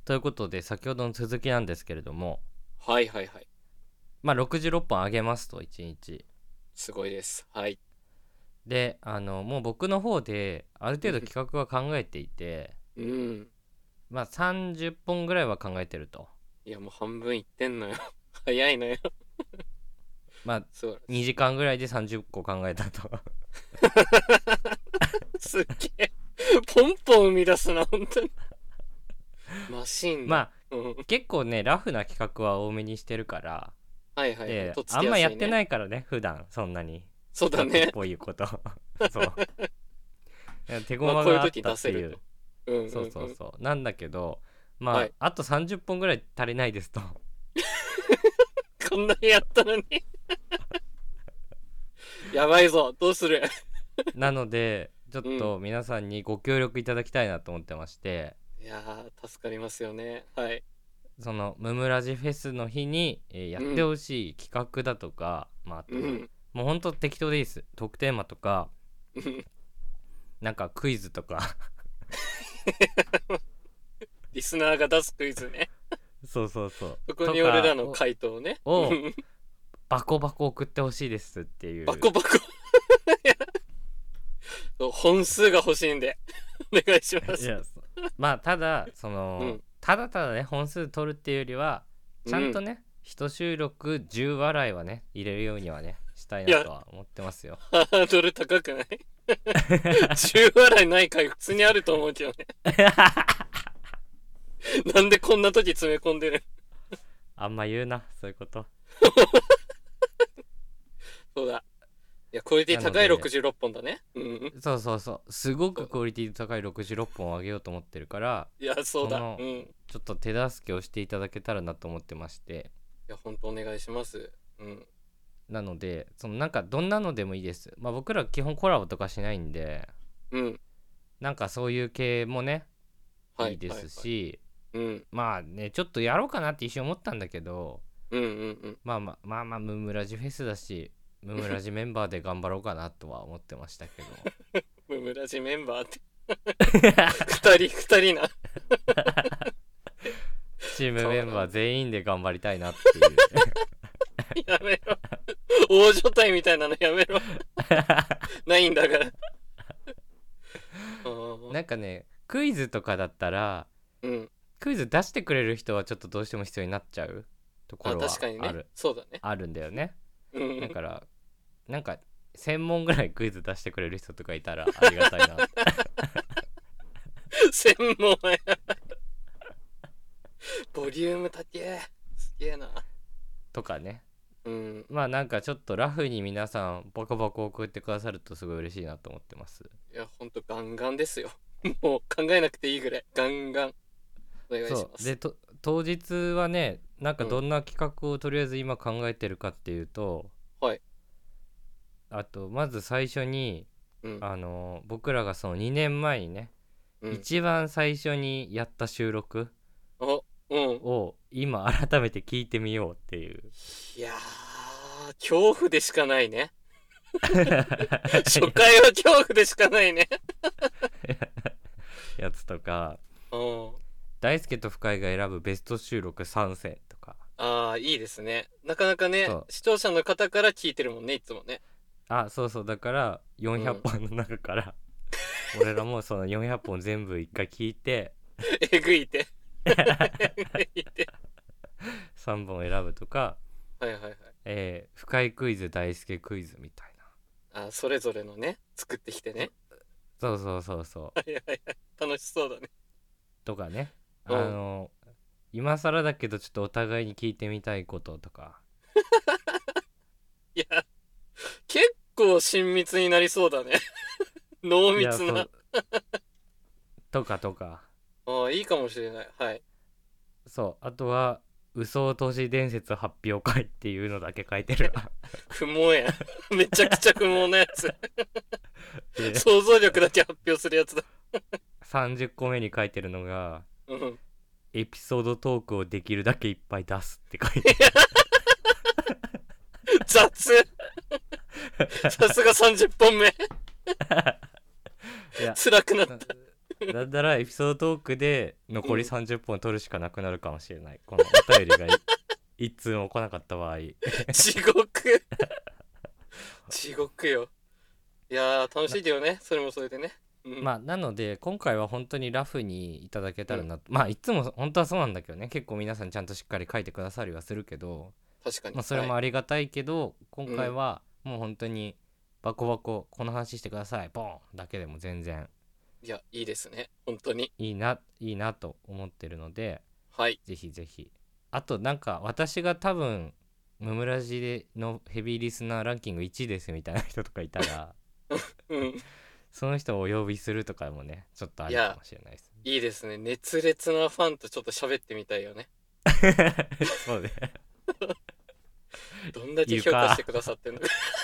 ということで先ほどの続きなんですけれども、 はいはいはい。 まあ66本あげますと1日すごいです。はい。 で、もう僕の方である程度企画は考えていて、 うん。 まあ30本ぐらいは考えてると。 いや、もう半分いってんのよ。早いのよ。 まあ素晴らしい。 2時間ぐらいで30個考えたと。 すっげえ。ポンポン生み出すな、本当に。マシンだ。 まあうん。 結構ねラフな企画は多めにしてるから、 はいはいはい。 でとっつあんまやってきやすいね。 ないからね普段そんなにそうだね。 企画っぽいことそう手まあ、 駒こういう時があった出せると。 っていう。 うんうんそうそうん。 うそうなんだけど、 はい。 まああと30本ぐらい足りないですと。 こんなにやったのに。やばいぞ。どうする？ なのでちょっうん。 と皆さんにご協力いただきたいなと思ってまして、 いやー、助かりますよね。はい。 そのムムラジフェスの日に、やってうん。 ほしい企画だとか、まあ、あとうん。 もうほんと適当でいいです。トークテーマとかうん。 なんかクイズとかリスナーが出すクイズね。 そうそうそうそことに俺らのかを回答ね。 をバコバコ送ってほしいですっていう。 バコバコ。本数が欲しいんでお願いします。 いやまあただそのうん。 ただただね本数取るっていうよりはちゃんとうん。 ね一収録10笑いはね入れるようにはねしたいいや、 なとは思ってますよ。 ハードル高くない？ 10 笑いない回普通にあると思うけどね。なんでこんな時詰め込んでる？ あんま言うなそういうこと。 そうだ。いや、クオリティ高いなので 66本だね。うん。 そうそうそうすごそう。 くクオリティ高い66本をあげようと思ってるから、 いや、そうだ。うそのん。いちょっと手助けをしていただけたらなと思ってまして、 や、ほんとお願いします。うん。 なのでそのなんかどんなのでもいいです。まあ僕ら基本コラボとかしないんで、 うん。 なんかそういう系もねはい、 いいではい、はい。 すし、 うん。 まあねちょっとやろうかなって一瞬思ったんだけど、 うん、うん、うん。 まあまあまあまあムームラジフェスだしムームラジメンバーで頑張ろうかなとは思ってましたけど。 ムムラジメンバーって二人な。 チームメンバーそうなんだ。 全員で頑張りたいなっていう。 やめろ。大所帯みたいなのやめろ。ないんだから。 なんかねクイズとかだったらうん。 クイズ出してくれる人はちょっとどうしても必要になっちゃうとこあ、 ろ確かにね。 はあるそうだね。 あるんだよね。 うん。 だからなんか専門ぐらいクイズ出してくれる人とかいたらありがたいな。 専門や。ボリューム高え。すげえな。 とかね。 うん。 まあなんかちょっとラフに皆さんバコバコ送ってくださるとすごい嬉しいなと思ってます。 いや、ほんとガンガンですよ。もう考えなくていいぐらい。ガンガン。お願いします。 そうで当日はねなんかうん。 どんな企画をとりあえず今考えてるかっていうと、 はい。 あとまず最初にうん。 僕らがその2年前にねうん。 一番最初にやった収録お、うん。 を今改めて聞いてみようっていう。 いやー、恐怖でしかないね。初回は恐怖でしかないね。 やつとか、 うん。 大輔と深井が選ぶベスト収録参戦とか。 ああ、いいですね。なかなかね、 そう視聴者の方から聞いてるもんね、いつもね。 そうそうだから400 うん。 本の中から俺らもその400本全部一回聞いてえぐいて。えぐいて。 3本選ぶとか、 はいはいはい。 深井クイズ大輔クイズみたいな。 あ、それぞれのね、作ってきてね。 そうそうそうそうはいはいはい。楽しそうだね。 とかね。 うん。 今更だけどちょっとお互いに聞いてみたいこととか。 いや、結構親密になりそうだね。濃密な。 いやそうとかとか。 ああ、いいかもしれない。はい。 そうあとは嘘都市伝説発表会っていうのだけ書いてる。 不毛やん。めちゃくちゃ不毛なやつ。 で想像力だけ発表するやつだ。 30個目に書いてるのがうん。 エピソードトークをできるだけいっぱい出すって書いて雑。さすが30本目。 いや辛くなった。 なんならエピソードトークで残り30本取るしかなくなるかもしれない、このお便りが一通も来なかった場合。 地獄地獄よ。いやー、楽しいけどね、それもそれでね。 まあなので今回は本当にラフにいただけたらな、まあいつも本当はそうなんだけどね、結構皆さんちゃんとしっかり書いてくださりはするけど、 確かに。 まあそれもありがたいけど、今回はもう本当にバコバコこの話してくださいボンだけでも全然いや、いいですね。本当に。 いいなと思ってるので、 はい。 ぜひぜひ。あとなんか私が多分ムムラジのヘビーリスナーランキング1位ですみたいな人とかいたらうん。 その人をお呼びするとかもね、ちょっとありかもしれないです、 いいですね。熱烈なファンとちょっと喋ってみたいよね。 そうね。 どんだけ評価してくださってんのか。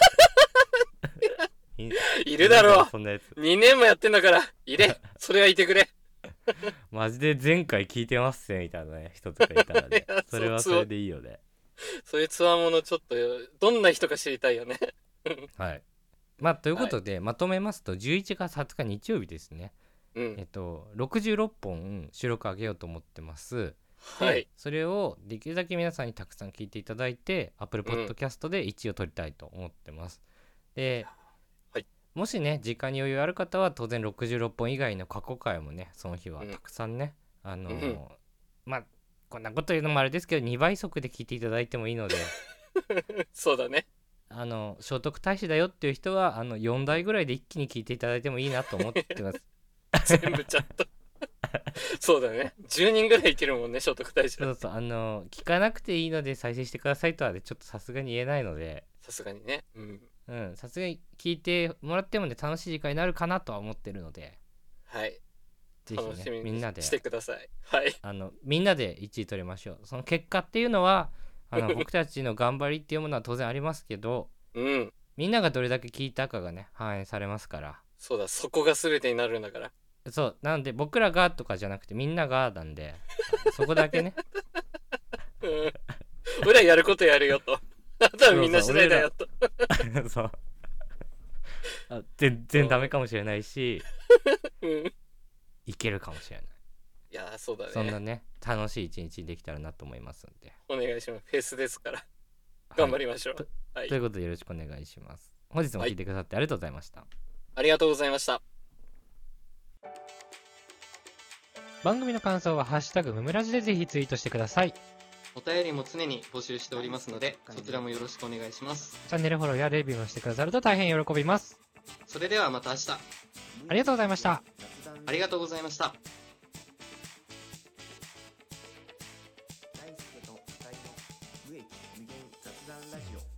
いいるだろう。 そんなやつ 2年もやってんだから、いれ。それはいてくれ。 マジで前回聞いてますぜみたいな、ね、人とかいたらねいやそれはそれでいいよね。 そういうつわものちょっと、どんな人か知りたいよね。 はい。まあということで、まとめますと11月20日日曜日ですね。 うん。 66本収録あげようと思ってます。で、 はい。 それをできるだけ皆さんにたくさん聞いていただいて Apple Podcast で1位を取りたいと思ってます。で、 はい。 もしね時間に余裕ある方は当然66本以外の過去回もねその日はたくさんね、まあこんなこと言うのもあれですけど2倍速で聞いていただいてもいいのでそうだね。 聖徳太子だよっていう人は4台ぐらいで一気に聞いていただいてもいいなと思ってます。 全部ちゃんと。そうだね。10人ぐらいいけるもんね、聖徳太子は。 そうそう、聞かなくていいので再生してくださいとはちょっとさすがに言えないので、 さすがにね。うん。 さすがに聞いてもらってもね楽しい時間になるかなとは思ってるので、 はい。 ぜひ楽しみねみんなでにしてください。はい。 みんなで1位取りましょう。その結果っていうのは僕たちの頑張りっていうものは当然ありますけど、 うん。 みんながどれだけ聞いたかがね反映されますから。 そうだ、そこが全てになるんだから。 そうなので僕らがとかじゃなくてみんながなんでそこだけねうん。俺らやることやるよと。あとはみんな次第だよと。 そう全然ダメかもしれないし、 うん。 いけるかもしれない。 いやー、そうだね。 そんなね楽しい一日にできたらなと思いますんでお願いします。フェスですから。頑張りましょう。はい。 ということでよろしくお願いします。本日も聞いてくださってありがとうございました。 ありがとうございました。 番組の感想はハッシュタグムムラジでぜひツイートしてください。 お便りも常に募集しておりますので、そちらもよろしくお願いします。 チャンネルフォローやレビューもしてくださると大変喜びます。 それではまた明日。 ありがとうございました。 ありがとうございました。 大輔と二人の無益無限雑談ラジオ。